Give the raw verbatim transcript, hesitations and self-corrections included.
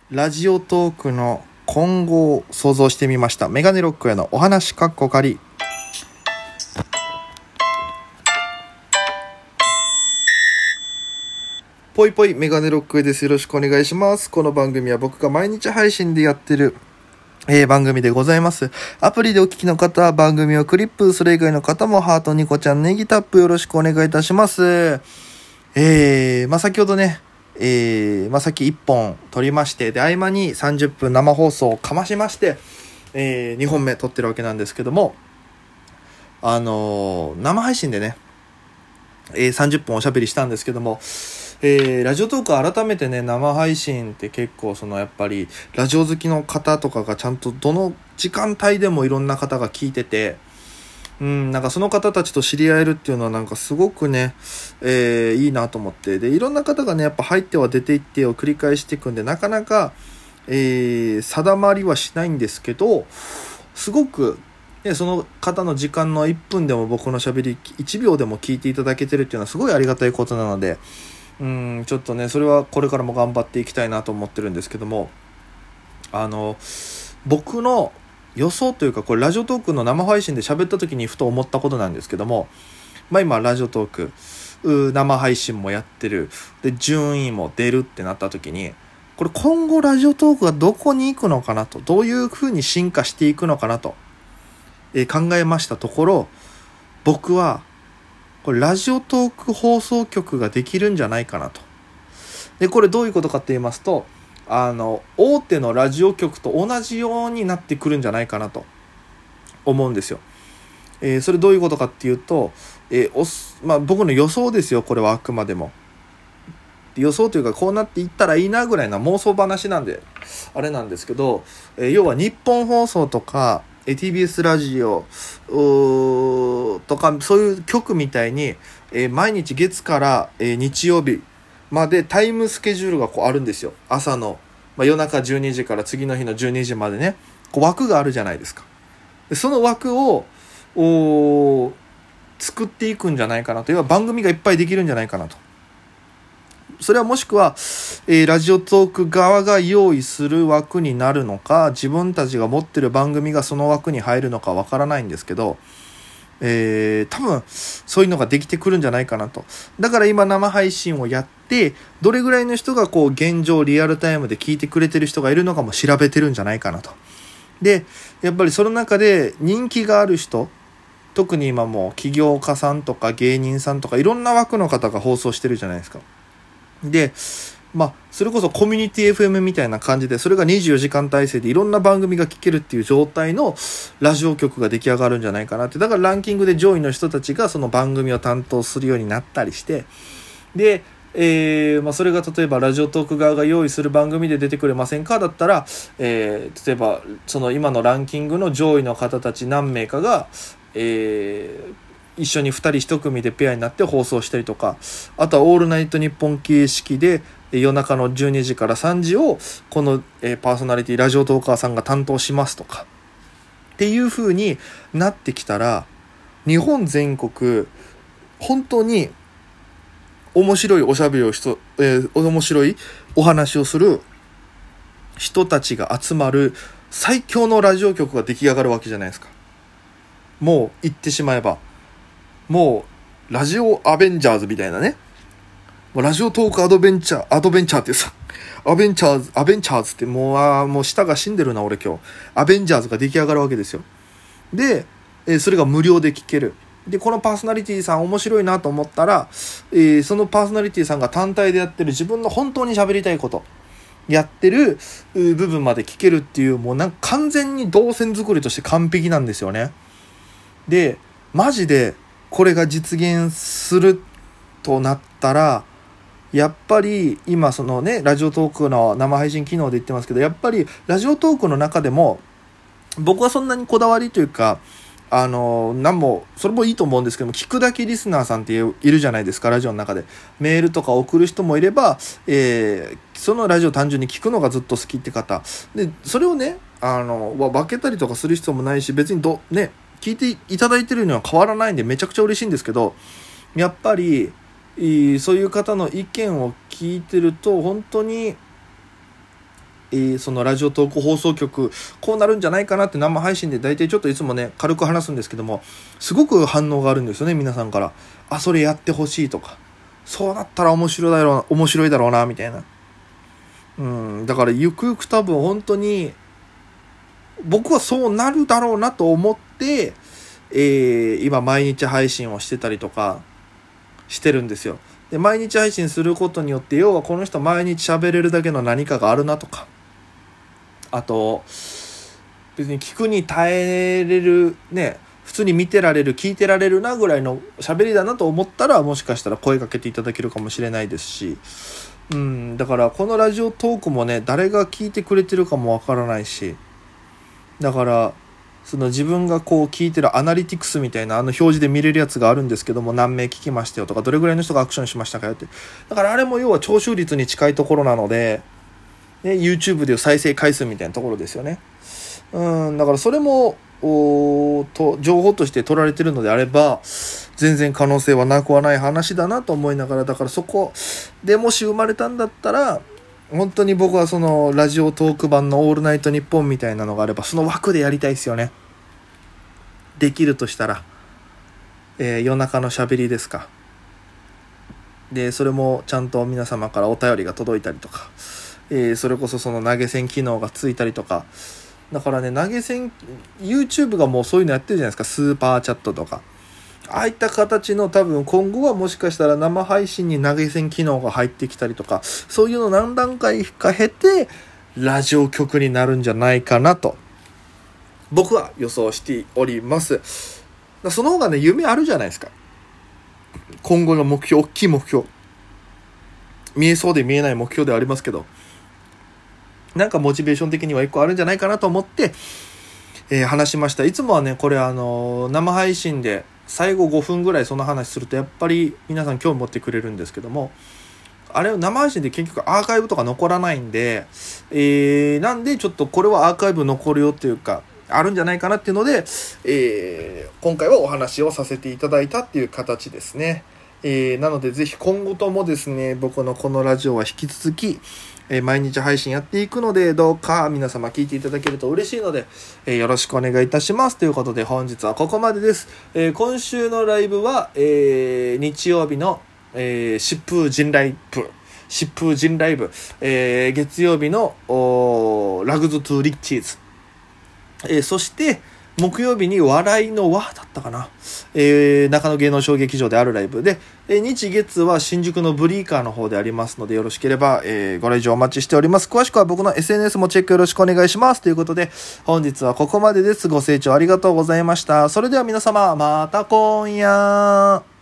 ラジオトークの今後を想像してみました。メガネロックへのお話かっこ仮。ぽいぽいメガネロックへです。よろしくお願いします。この番組は僕が毎日配信でやってるえー、番組でございます。アプリでお聞きの方は番組をクリップ、それ以外の方もハート、ニコちゃん、ネギタップよろしくお願いいたします。えー、まあ、先ほどね、えー、まあ、さっきいっぽん撮りまして、で、合間にさんじゅっぷん生放送をかましまして、えー、にほんめ撮ってるわけなんですけども、あのー、生配信でね、えー、さんじゅっぷんおしゃべりしたんですけども、えー、ラジオトーク改めてね、生配信って結構そのやっぱりラジオ好きの方とかがちゃんとどの時間帯でもいろんな方が聞いてて、うん、なんかその方たちと知り合えるっていうのはなんかすごくね、えー、いいなと思って、でいろんな方がねやっぱ入っては出ていってを繰り返していくんで、なかなか、えー、定まりはしないんですけど、すごくでその方の時間のいっぷんでも僕のしゃべりいちびょうでも聞いていただけてるっていうのはすごいありがたいことなので、うんちょっとねそれはこれからも頑張っていきたいなと思ってるんですけども、あの僕の予想というか、これラジオトークの生配信で喋った時にふと思ったことなんですけども、まあ今ラジオトーク生配信もやってるで順位も出るってなった時に、これ今後ラジオトークがどこに行くのかなと、どういう風に進化していくのかなと、えー、考えましたところ、僕はこれラジオトーク放送局ができるんじゃないかなと。でこれどういうことかって言いますと、あの大手のラジオ局と同じようになってくるんじゃないかなと思うんですよ。えー、それどういうことかっていうと、えーおすまあ、僕の予想ですよ。これはあくまでも予想というか、こうなっていったらいいなぐらいな妄想話なんであれなんですけど、えー、要は日本放送とかティービーエス ラジオとかそういう局みたいに、えー、毎日月から、えー、日曜日までタイムスケジュールがこうあるんですよ。朝の、まあ、夜中じゅうにじから次の日のじゅうにじまでね、こう枠があるじゃないですか。でその枠を作っていくんじゃないかなと。要は番組がいっぱいできるんじゃないかなと。それはもしくは、えー、ラジオトーク側が用意する枠になるのか、自分たちが持ってる番組がその枠に入るのかわからないんですけど、えー、多分そういうのができてくるんじゃないかなと。だから今生配信をやって、どれぐらいの人がこう現状リアルタイムで聞いてくれてる人がいるのかも調べてるんじゃないかなと。でやっぱりその中で人気がある人、特に今もう起業家さんとか芸人さんとかいろんな枠の方が放送してるじゃないですか。でまあそれこそコミュニティ エフエム みたいな感じで、それがにじゅうよじかん体制でいろんな番組が聞けるっていう状態のラジオ局が出来上がるんじゃないかなって。だからランキングで上位の人たちがその番組を担当するようになったりして、でえーまあ、それが例えばラジオトーク側が用意する番組で出てくれませんかだったら、えー、例えばその今のランキングの上位の方たち何名かが、えー、一緒にふたりいち組でペアになって放送したりとか、あとはオールナイトニッポン形式で夜中のじゅうにじからさんじをこの、えー、パーソナリティラジオトーカーさんが担当しますとかっていう風になってきたら、日本全国本当に面白いおしゃべりをしと、えー、面白いお話をする人たちが集まる最強のラジオ局が出来上がるわけじゃないですか。もう言ってしまえばもうラジオアベンジャーズみたいなね、もうラジオトークアドベンチャーアドベンチャーってさ、アベンチャーズアベンチャーズってもうあもう舌が死んでるな俺今日。アベンジャーズが出来上がるわけですよ。で、えー、それが無料で聞ける。でこのパーソナリティさん面白いなと思ったら、えー、そのパーソナリティさんが単体でやってる自分の本当に喋りたいことやってる部分まで聞けるっていう、もうなんか完全に動線作りとして完璧なんですよね。でマジでこれが実現するとなったら、やっぱり今そのねラジオトークの生配信機能で言ってますけど、やっぱりラジオトークの中でも僕はそんなにこだわりというか、あの何もそれもいいと思うんですけども、聞くだけリスナーさんっているじゃないですか。ラジオの中でメールとか送る人もいれば、えー、そのラジオ単純に聞くのがずっと好きって方で、それをねあの分けたりとかする必要もないし、別にどね聞いていただいてるのは変わらないんでめちゃくちゃ嬉しいんですけど、やっぱりそういう方の意見を聞いてると本当にえー、そのラジオトーク放送局こうなるんじゃないかなって生配信で大体ちょっといつもね軽く話すんですけども、すごく反応があるんですよね、皆さんから。あ、それやってほしいとか、そうなったら面白いだろうな面白いだろうなみたいな。うん、だからゆくゆく多分本当に僕はそうなるだろうなと思って、えー、今毎日配信をしてたりとかしてるんですよ。で毎日配信することによって、要はこの人毎日喋れるだけの何かがあるなとか、あと別に聞くに耐えれるね、普通に見てられる聞いてられるなぐらいの喋りだなと思ったら、もしかしたら声かけていただけるかもしれないですし、うん、だからこのラジオトークもね、誰が聞いてくれてるかもわからないし、だからその自分がこう聞いてるアナリティクスみたいなあの表示で見れるやつがあるんですけども、何名聞きましたよとか、どれぐらいの人がアクションしましたかよって、だからあれも要は聴取率に近いところなので、ね、YouTube でいう再生回数みたいなところですよね。うん、だからそれもと情報として取られてるのであれば、全然可能性はなくはない話だなと思いながら、だからそこでもし生まれたんだったら、本当に僕はそのラジオトーク版のオールナイトニッポンみたいなのがあれば、その枠でやりたいですよね。できるとしたら、えー、夜中のしゃべりですか。でそれもちゃんと皆様からお便りが届いたりとか、えー、それこそその投げ銭機能がついたりとか、だからね、投げ銭 YouTube がもうそういうのやってるじゃないですか、スーパーチャットとか、ああいった形の多分今後はもしかしたら生配信に投げ銭機能が入ってきたりとか、そういうの何段階か経てラジオ局になるんじゃないかなと僕は予想しております。その方がね、夢あるじゃないですか。今後の目標、大きい目標、見えそうで見えない目標ではありますけど、なんかモチベーション的には一個あるんじゃないかなと思って、えー、話しました。いつもはね、これあのー、生配信で最後ごふんぐらいその話するとやっぱり皆さん興味持ってくれるんですけども、あれ生配信で結局アーカイブとか残らないんで、えー、なんでちょっとこれはアーカイブ残るよっていうかあるんじゃないかなっていうので、えー、今回はお話をさせていただいたっていう形ですね。えー、なのでぜひ今後ともですね、僕のこのラジオは引き続き、えー、毎日配信やっていくので、どうか皆様聞いていただけると嬉しいので、えー、よろしくお願いいたしますということで、本日はここまでです。えー、今週のライブは、えー、日曜日の、えー、疾風陣ライブ疾風陣ライブ、えー、月曜日のラグズトゥリッチーズ、えー、そして木曜日に笑いの輪だったかな、えー、中野芸能小劇場であるライブで、えー、日月は新宿のブリーカーの方でありますので、よろしければ、えー、ご来場お待ちしております。詳しくは僕の エスエヌエス もチェックよろしくお願いしますということで、本日はここまでです。ご清聴ありがとうございました。それでは皆様、また今夜。